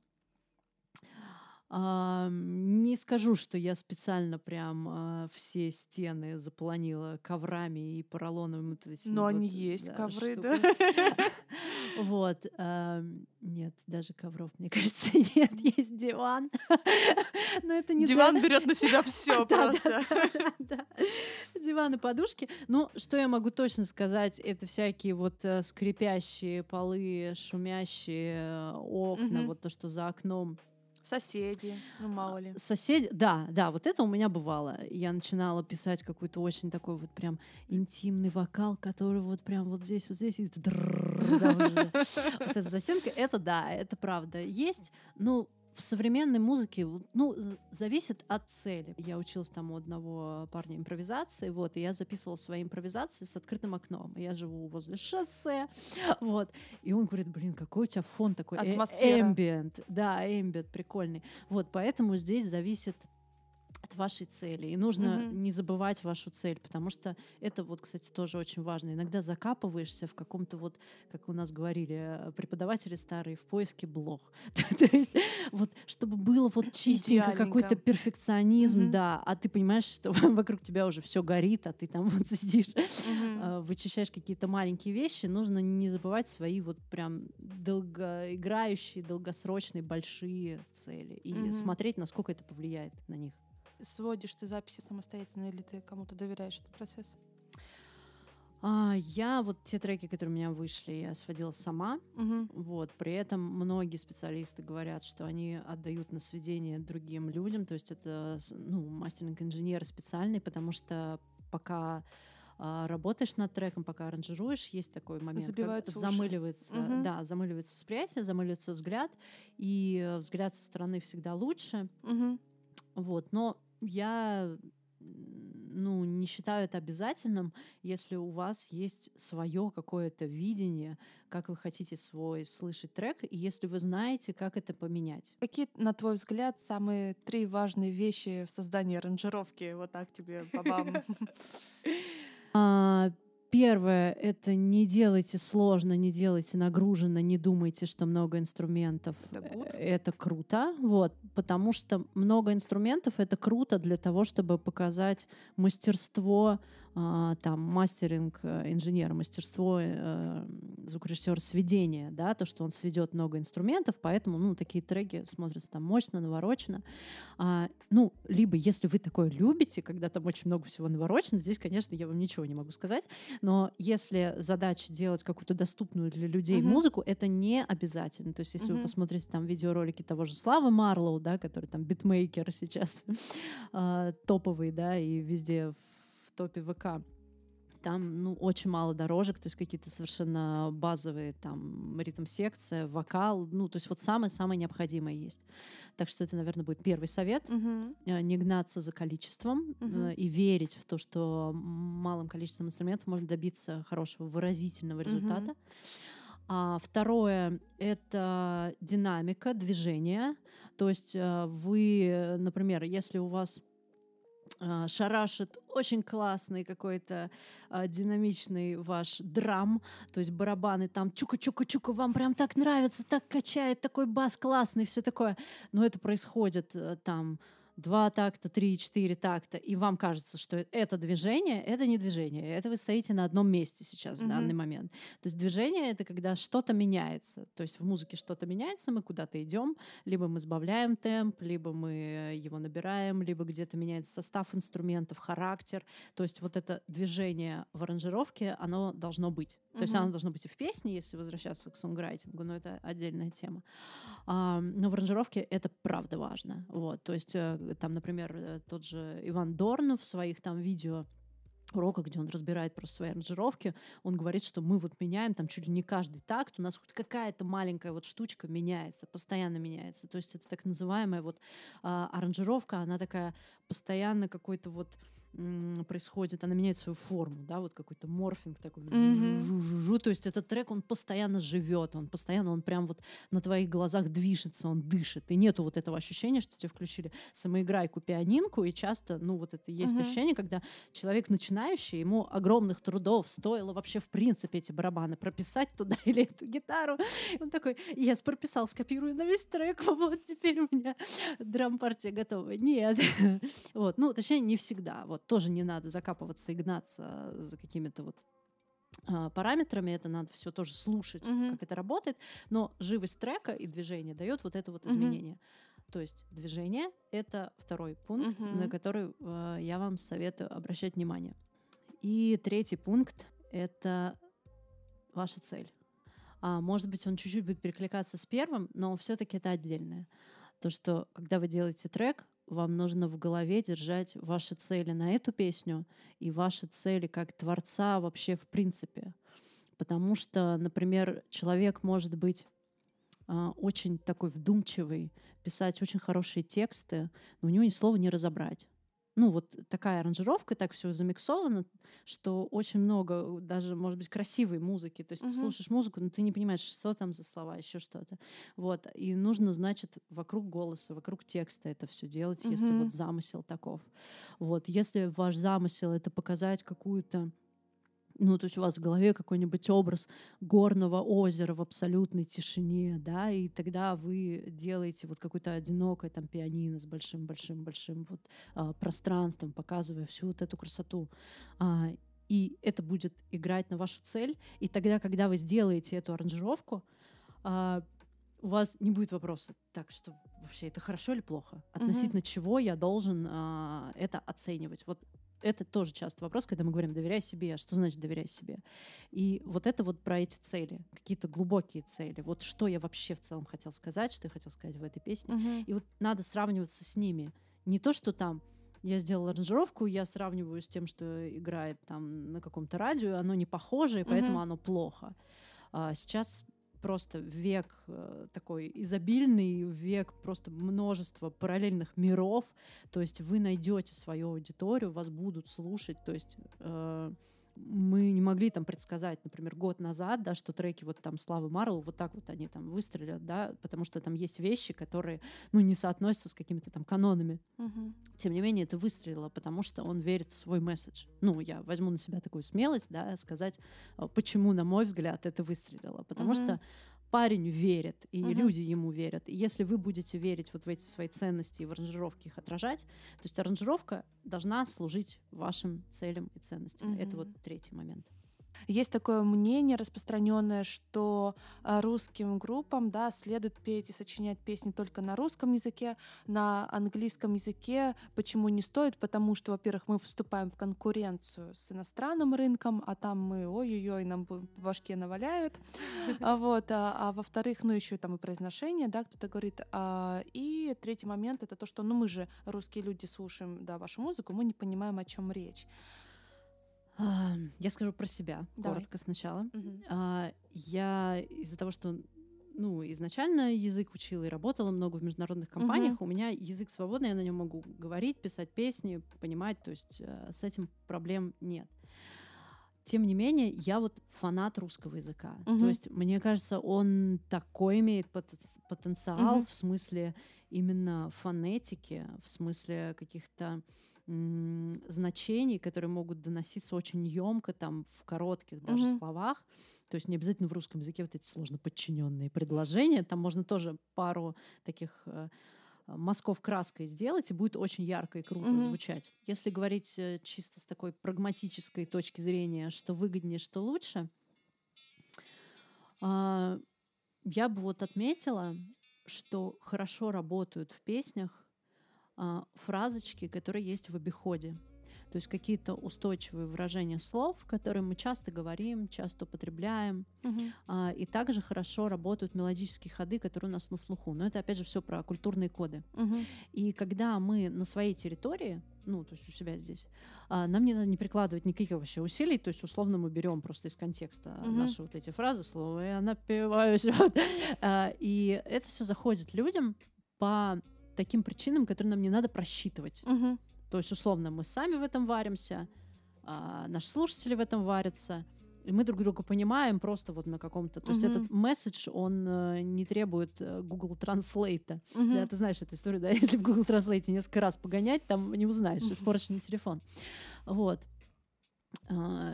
А, не скажу, что я специально прям а, все стены заполонила коврами и поролоновыми. Вот этими но вот, они есть, да, ковры, штуками. да? Вот. А, нет, даже ковров, мне кажется, нет. Есть диван. Но это не диван для... берет на себя все просто. Диван и подушки. Ну, что я могу точно сказать, это всякие вот скрипящие полы, шумящие окна, вот то, что за окном. Соседи, ну мало ли. Соседи, да, да, вот это у меня бывало. Я начинала писать какой-то очень такой вот прям интимный вокал, который вот прям вот здесь, вот здесь, и вот эта застенка, это да, это правда есть. Ну, в современной музыке, ну, зависит от цели. Я училась там у одного парня импровизации, вот, и я записывала свои импровизации с открытым окном. Я живу возле шоссе, вот, и он говорит, блин, какой у тебя фон такой, эмбиент, да, эмбиент прикольный. Вот, поэтому здесь зависит от вашей цели. И нужно mm-hmm. не забывать вашу цель, потому что это вот, кстати, тоже очень важно. Иногда закапываешься в каком-то вот, как у нас говорили преподаватели старые, в поиске блох. То есть вот чтобы было вот чистенько, какой-то перфекционизм, mm-hmm. да, а ты понимаешь, что вокруг тебя уже все горит, а ты там вот сидишь, mm-hmm. вычищаешь какие-то маленькие вещи, нужно не забывать свои вот прям долгоиграющие, долгосрочные, большие цели и mm-hmm. смотреть, насколько это повлияет на них. Сводишь ты записи самостоятельно или ты кому-то доверяешь этот процесс? А, я вот те треки, которые у меня вышли, я сводила сама. Угу. Вот, при этом многие специалисты говорят, что они отдают на сведение другим людям, то есть это ну, мастеринг-инженер специальный, потому что пока а, работаешь над треком, пока аранжируешь, есть такой момент, забиваются как замыливается, угу. да, замыливается восприятие, замыливается взгляд, и взгляд со стороны всегда лучше. Угу. Вот, но я ну, не считаю это обязательным, если у вас есть свое какое-то видение, как вы хотите свой слышать трек, и если вы знаете, как это поменять. Какие, на твой взгляд, самые три важные вещи в создании аранжировки? Вот так тебе, бабам. Первое — это не делайте сложно, не делайте нагруженно, не думайте, что много инструментов — это круто, вот, потому что много инструментов — это круто для того, чтобы показать мастерство, а, там, мастеринг инженера, мастерство э, звукорежиссера сведения, да, то, что он сведет много инструментов, поэтому, ну, такие треки смотрятся там мощно, наворочено. А, ну, либо, если вы такое любите, когда там очень много всего наворочено, здесь, конечно, я вам ничего не могу сказать, но если задача делать какую-то доступную для людей uh-huh. музыку, это не обязательно. То есть если uh-huh. вы посмотрите там видеоролики того же Славы Марлоу, да, который там битмейкер сейчас э, топовый, да, и везде в топе ВК, там, ну, очень мало дорожек, то есть какие-то совершенно базовые там ритм-секция, вокал, ну, то есть вот самое-самое необходимое есть. Так что это, наверное, будет первый совет. Uh-huh. Не гнаться за количеством uh-huh. и верить в то, что малым количеством инструментов можно добиться хорошего выразительного результата. Uh-huh. А второе — это динамика, движение. То есть вы, например, если у вас шарашит очень классный какой-то а, динамичный ваш драм, то есть барабаны там чука-чука-чука, вам прям так нравится, так качает, такой бас классный, все такое. Но это происходит там два такта, три, четыре такта, и вам кажется, что это движение, это не движение. Это вы стоите на одном месте сейчас, в Мгм. данный момент. То есть движение — это когда что-то меняется. То есть в музыке что-то меняется, мы куда-то идем, либо мы сбавляем темп, либо мы его набираем, либо где-то меняется состав инструментов, характер. То есть вот это движение в аранжировке, оно должно быть. То есть Мгм. оно должно быть и в песне, если возвращаться к сонграйтингу, но это отдельная тема. А, но в аранжировке это правда важно. Вот. То есть э, там, например, э, тот же Иван Дорн в своих там видео уроках, где он разбирает просто свои аранжировки, он говорит, что мы вот меняем там чуть ли не каждый такт, у нас хоть какая-то маленькая вот штучка меняется, постоянно меняется. То есть это так называемая вот а, аранжировка, она такая постоянно какой-то вот м, происходит, она меняет свою форму, да, вот какой-то морфинг такой, Мгм. жу-жу-жу-жу. То есть этот трек, он постоянно живет, он постоянно, он прям вот на твоих глазах движется, он дышит, и нету вот этого ощущения, что тебе включили самоиграйку, пианинку, и часто, ну, вот это есть Мгм. ощущение, когда человек начинающий, ему огромных трудов стоило вообще в принципе эти барабаны прописать туда или эту гитару. И он такой, yes, прописал, скопирую на весь трек, вот теперь у меня драм-партия готова. Нет. Вот, ну, точнее, не всегда. Вот, тоже не надо закапываться и гнаться за какими-то вот а, параметрами, это надо все тоже слушать, Мгм. как это работает, но живость трека и движение дает вот это вот Мгм. изменение. То есть движение — это второй пункт, Мгм. на который э, я вам советую обращать внимание. И третий пункт — это ваша цель. А, может быть, он чуть-чуть будет перекликаться с первым, но все-таки это отдельное. То, что когда вы делаете трек, вам нужно в голове держать ваши цели на эту песню и ваши цели как творца вообще в принципе. Потому что, например, человек может быть а, очень такой вдумчивый, писать очень хорошие тексты, но у него ни слова не разобрать. Ну, вот такая аранжировка, так все замиксовано, что очень много, э, даже, может быть, красивой музыки. То есть ты Мгм. слушаешь музыку, но ты не понимаешь, что там за слова, еще что-то. Вот. И нужно, значит, вокруг голоса, вокруг текста это все делать, если Мгм. вот замысел таков. Вот. Если ваш замысел — это показать какую-то, ну, то есть у вас в голове какой-нибудь образ горного озера в абсолютной тишине, да, и тогда вы делаете вот какое-то одинокое там пианино с большим-большим-большим вот а, пространством, показывая всю вот эту красоту. А, и это будет играть на вашу цель. И тогда, когда вы сделаете эту аранжировку, а, у вас не будет вопроса, так что вообще это хорошо или плохо? Мгм. Относительно чего я должен а, это оценивать? Вот это тоже часто вопрос, когда мы говорим «доверяй себе». Что значит «доверяй себе»? И вот это вот про эти цели, какие-то глубокие цели. Вот что я вообще в целом хотел сказать, что я хотел сказать в этой песне. Мгм. И вот надо сравниваться с ними. Не то, что там я сделала аранжировку, я сравниваю с тем, что играет там на каком-то радио, оно не похоже, и поэтому Мгм. оно плохо. А сейчас просто век э, такой изобильный, век просто множества параллельных миров. То есть вы найдете свою аудиторию, вас будут слушать. То есть э, мы не могли там предсказать, например, год назад, да, что треки вот там Славы Марлоу вот так вот они там выстрелят, да, потому что там есть вещи, которые, ну, не соотносятся с какими-то там канонами. Мгм. Тем не менее, это выстрелило, потому что он верит в свой месседж. Ну, я возьму на себя такую смелость, да, сказать, а, почему, на мой взгляд, это выстрелило. Потому Мгм. что парень верит, и Мгм. люди ему верят. И если вы будете верить вот в эти свои ценности и в аранжировке их отражать, то есть аранжировка должна служить вашим целям и ценностям. Это вот Мгм. третий момент. Есть такое мнение распространенное, что а, русским группам, да, следует петь и сочинять песни только на русском языке, на английском языке. Почему не стоит? Потому что, во-первых, мы вступаем в конкуренцию с иностранным рынком, а там мы, ой-ой-ой, нам по по башке наваляют. А вот, а, а во-вторых, ну еще там и произношение, да, кто-то говорит. А, и третий момент — это то, что, ну мы же русские люди слушаем, да, вашу музыку, мы не понимаем, о чем речь. А, Я скажу про себя Давай. коротко сначала. Мгм. А, Я из-за того, что ну, изначально язык учила и работала много в международных компаниях, Мгм. у меня язык свободный, я на нем могу говорить, писать песни, понимать, то есть э, с этим проблем нет. Тем не менее, я вот фанат русского языка. То Мгм. есть, мне кажется, он такой имеет потен- потенциал Мгм. в смысле именно фонетики, в смысле каких-то м, значений, которые могут доноситься очень емко, там, в коротких даже Мгм. словах. То есть не обязательно в русском языке вот эти сложно подчиненные предложения. Там можно тоже пару таких э, мазков краской сделать, и будет очень ярко и круто mm-hmm. звучать. Если говорить чисто с такой прагматической точки зрения, что выгоднее, что лучше, я бы вот отметила, что хорошо работают в песнях фразочки, которые есть в обиходе. То есть какие-то устойчивые выражения слов, которые мы часто говорим, часто употребляем. Uh-huh. А, и также хорошо работают мелодические ходы, которые у нас на слуху. Но это, опять же, все про культурные коды. Uh-huh. И когда мы на своей территории, ну, то есть у себя здесь, а, нам не надо не прикладывать никаких вообще усилий, то есть условно мы берем просто из контекста uh-huh. наши вот эти фразы, слова, я напиваюсь. Вот. А, и это все заходит людям по таким причинам, которые нам не надо просчитывать. Uh-huh. То есть, условно, мы сами в этом варимся, а, наши слушатели в этом варятся, и мы друг друга понимаем просто вот на каком-то... То uh-huh. есть этот месседж, он э, не требует э, Google Translate. Uh-huh. Да, ты знаешь эту историю, да? Если в Google Translate несколько раз погонять, там не узнаешь, uh-huh. испорченный телефон. Вот. А,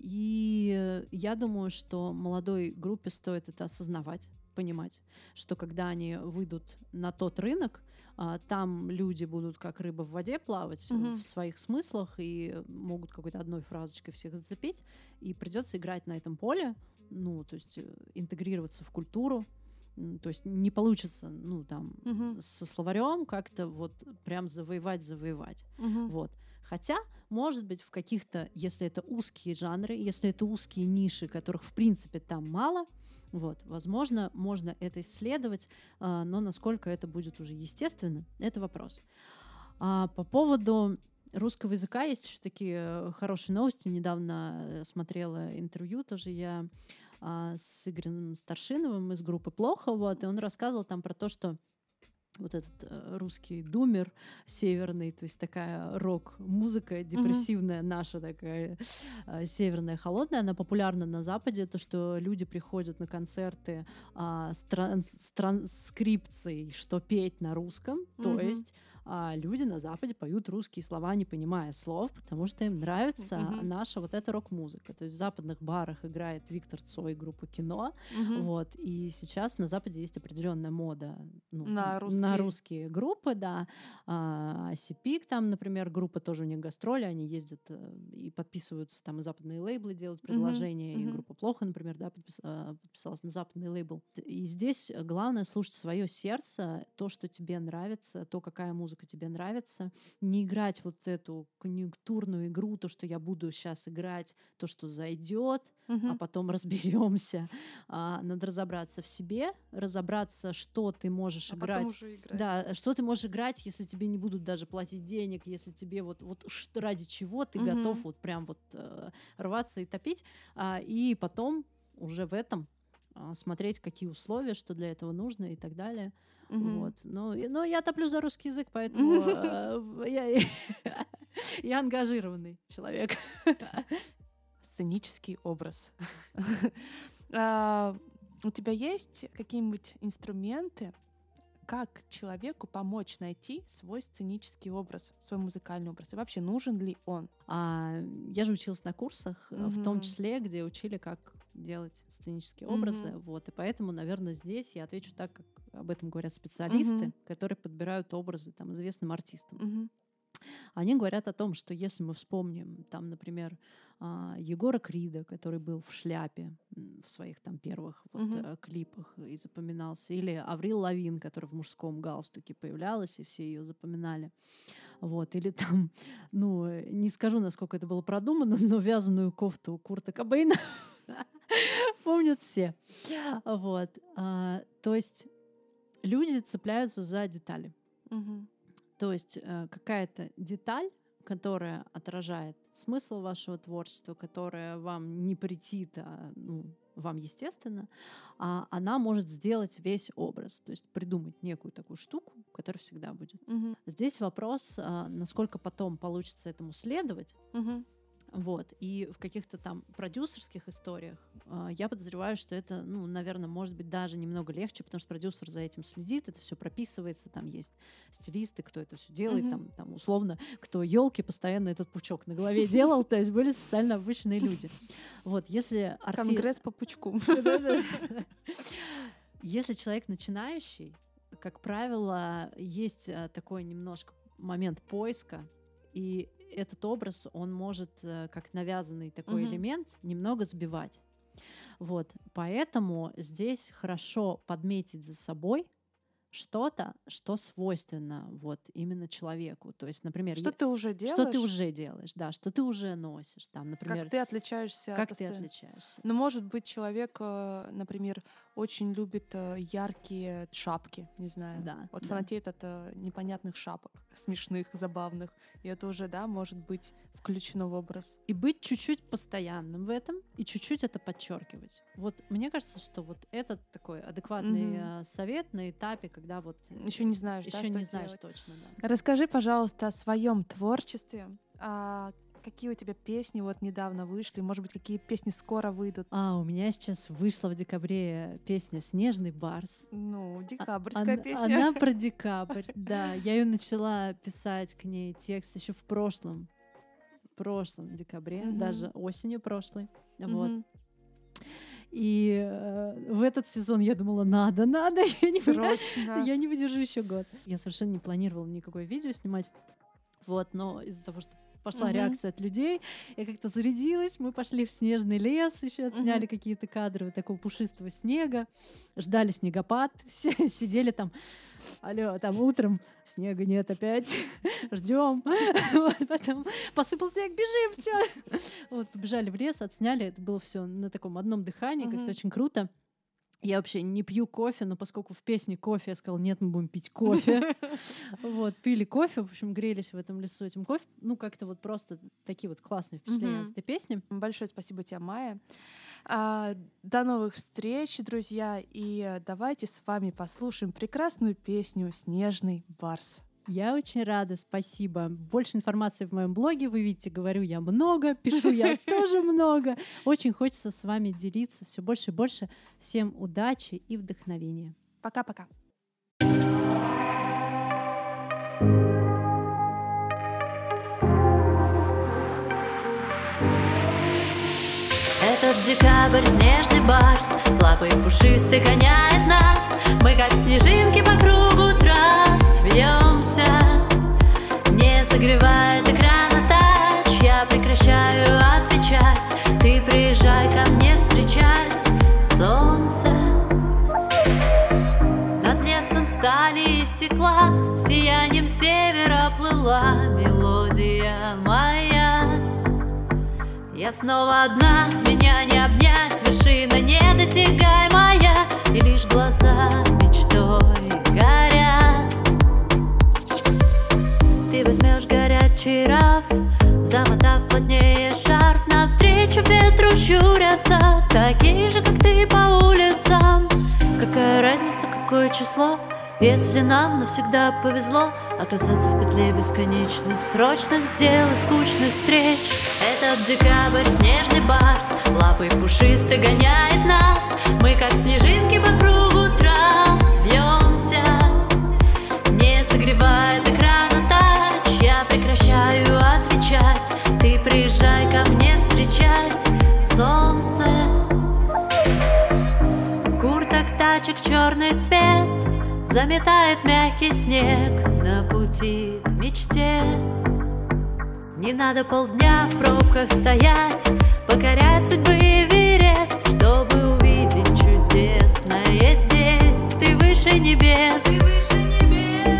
и я думаю, что молодой группе стоит это осознавать, понимать, что когда они выйдут на тот рынок, там люди будут как рыба в воде плавать uh-huh. в своих смыслах и могут какой-то одной фразочкой всех зацепить, и придется играть на этом поле, ну, то есть интегрироваться в культуру, то есть не получится, ну, там, uh-huh. со словарем как-то вот прям завоевать-завоевать, uh-huh. вот. Хотя, может быть, в каких-то, если это узкие жанры, если это узкие ниши, которых, в принципе, там мало, вот, возможно, можно это исследовать, но насколько это будет уже естественно, это вопрос. А по поводу русского языка есть еще такие хорошие новости. Недавно смотрела интервью тоже я с Игорем Старшиновым из группы «Плохо», вот, и он рассказывал там про то, что вот этот э, русский думер северный, то есть такая рок-музыка депрессивная, mm-hmm. наша такая э, северная, холодная, она популярна на Западе, то, что люди приходят на концерты э, с, транс- с транскрипцией, что петь на русском, mm-hmm. то есть а люди на Западе поют русские слова, не понимая слов, потому что им нравится mm-hmm. наша вот эта рок-музыка. То есть в западных барах играет Виктор Цой, группа «Кино», mm-hmm. вот, и сейчас на Западе есть определенная мода ну, на, русские... на русские группы, да. А, Сипик там, например, группа тоже у них гастроли, они ездят и подписываются, там и западные лейблы делают предложения, mm-hmm. и группа «Плохо», например, да, подпис... подписалась на западный лейбл. И здесь главное слушать свое сердце, то, что тебе нравится, то, какая музыка тебе нравится, не играть вот эту конъюнктурную игру, то, что я буду сейчас играть, то, что зайдет, uh-huh. а потом разберемся. А, надо разобраться в себе, разобраться, что ты можешь а играть. Потом уже играть. Да, что ты можешь играть, если тебе не будут даже платить денег, если тебе вот, вот что, ради чего ты uh-huh. готов вот прям вот э, рваться и топить, а, и потом уже в этом а, смотреть, какие условия, что для этого нужно и так далее. Mm-hmm. Вот. Но, но я топлю за русский язык, поэтому я ангажированный человек. Сценический образ. У тебя есть какие-нибудь инструменты, как человеку помочь найти свой сценический образ, свой музыкальный образ? И вообще, нужен ли он? Я же училась на курсах, в том числе, где учили, как делать сценические образы, mm-hmm. вот, и поэтому, наверное, здесь я отвечу так, как об этом говорят специалисты, mm-hmm. которые подбирают образы там известным артистам. Mm-hmm. Они говорят о том, что если мы вспомним, там, например, Егора Крида, который был в шляпе в своих там первых вот, mm-hmm. клипах и запоминался, или Аврил Лавин, которая в мужском галстуке появлялась, и все ее запоминали. Вот, или там, ну, не скажу, насколько это было продумано, но вязаную кофту Курта Кобейна помнят все. Вот. А, то есть люди цепляются за детали. Угу. То есть э, какая-то деталь, которая отражает смысл вашего творчества, которая вам не претит, а, ну, вам естественно, а она может сделать весь образ, то есть придумать некую такую штуку, которая всегда будет. Угу. Здесь вопрос, а, насколько потом получится этому следовать. Угу. Вот. И в каких-то там продюсерских историях э, я подозреваю, что это, ну, наверное, может быть даже немного легче, потому что продюсер за этим следит, это все прописывается, там есть стилисты, кто это все делает, mm-hmm. там, там условно, кто елки постоянно этот пучок на голове делал, то есть были специально обычные люди. Вот, если арти... Конгресс по пучку. Если человек начинающий, как правило, есть такой немножко момент поиска, и этот образ, он может, как навязанный такой mm-hmm. элемент, немного сбивать. Вот, поэтому здесь хорошо подметить за собой что-то, что свойственно вот именно человеку. То есть, например, что я... ты уже делаешь? Что ты уже делаешь, да, что ты уже носишь, там, например. Как ты отличаешься? Как от ты остальных? отличаешься? Ну, может быть, человек, например, очень любит яркие шапки, не знаю. Да. Вот да. фанатеет от непонятных шапок, смешных, забавных. И это уже, да, может быть включено в образ. И быть чуть-чуть постоянным в этом, и чуть-чуть это подчеркивать. Вот мне кажется, что вот этот такой адекватный mm-hmm. совет на этапе, когда вот еще не знаешь, еще да, не что знаешь делать. Точно, да. Расскажи, пожалуйста, о своем творчестве. А какие у тебя песни вот недавно вышли? Может быть, какие песни скоро выйдут? А, у меня сейчас вышла в декабре песня «Снежный барс». Ну, декабрьская а, песня. Она про декабрь, да. Я ее начала писать к ней текст еще в прошлом, в прошлом декабре, mm-hmm. даже осенью прошлой. Mm-hmm. Вот. И э, в этот сезон я думала, надо, надо, я не, Срочно. я не выдержу еще год. Я совершенно не планировала никакое видео снимать, вот, но из-за того, что пошла uh-huh. реакция от людей, я как-то зарядилась, мы пошли в снежный лес, еще отсняли uh-huh. какие-то кадры вот такого пушистого снега, ждали снегопад, все сидели там, алло, там утром снега нет опять, ждем, вот, потом посыпал снег, бежим, все, вот, побежали в лес, отсняли, это было все на таком одном дыхании, uh-huh. как-то очень круто. Я вообще не пью кофе, но поскольку в песне кофе, я сказала, нет, мы будем пить кофе. Вот, пили кофе, в общем, грелись в этом лесу этим кофе. Ну, как-то вот просто такие вот классные впечатления от этой песни. Большое спасибо тебе, Майя. А, до новых встреч, друзья, и давайте с вами послушаем прекрасную песню «Снежный барс». Я очень рада, спасибо. Больше информации в моем блоге. Вы видите, говорю я много, пишу я тоже много. Очень хочется с вами делиться все больше и больше. Всем удачи и вдохновения. Пока-пока. Этот декабрь снежный барс лапой пушистой гоняет нас. Мы как снежинки по кругу трасс вьемся. Не согревает экрана тач, я прекращаю отвечать. Ты приезжай ко мне встречать солнце. Над лесом стали и стекла, сиянием севера плыла мелодия моя. Я снова одна, меня не обнять, вершина недосягаемая, и лишь глаза мечтой горят. Ты возьмешь горячий раф, замотав плотнее шарф, навстречу ветру щурятся такие же, как ты, по улицам. Какая разница, какое число, если нам навсегда повезло оказаться в петле бесконечных срочных дел и скучных встреч. Этот декабрь снежный барс лапой пушистой гоняет нас. Мы как снежинки по кругу трасс вьемся. Не согревает экрана тач, я прекращаю отвечать. Ты приезжай ко мне встречать солнце. Курток тачек черный цвет заметает мягкий снег на пути к мечте. Не надо полдня в пробках стоять, покоряя судьбы Эверест, чтобы увидеть чудесное здесь. Ты выше небес, ты выше небес.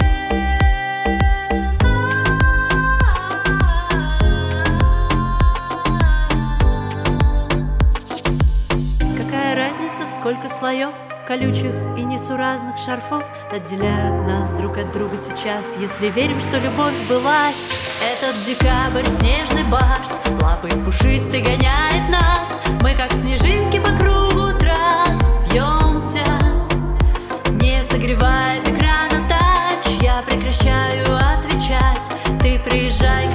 Какая разница, сколько слоев колючих и несуразных шарфов отделяют нас друг от друга сейчас, если верим, что любовь сбылась. Этот декабрь снежный барс лапой пушистой гоняет нас. Мы как снежинки по кругу трасс вьемся. Не согревает экрана тач, я прекращаю отвечать. Ты приезжай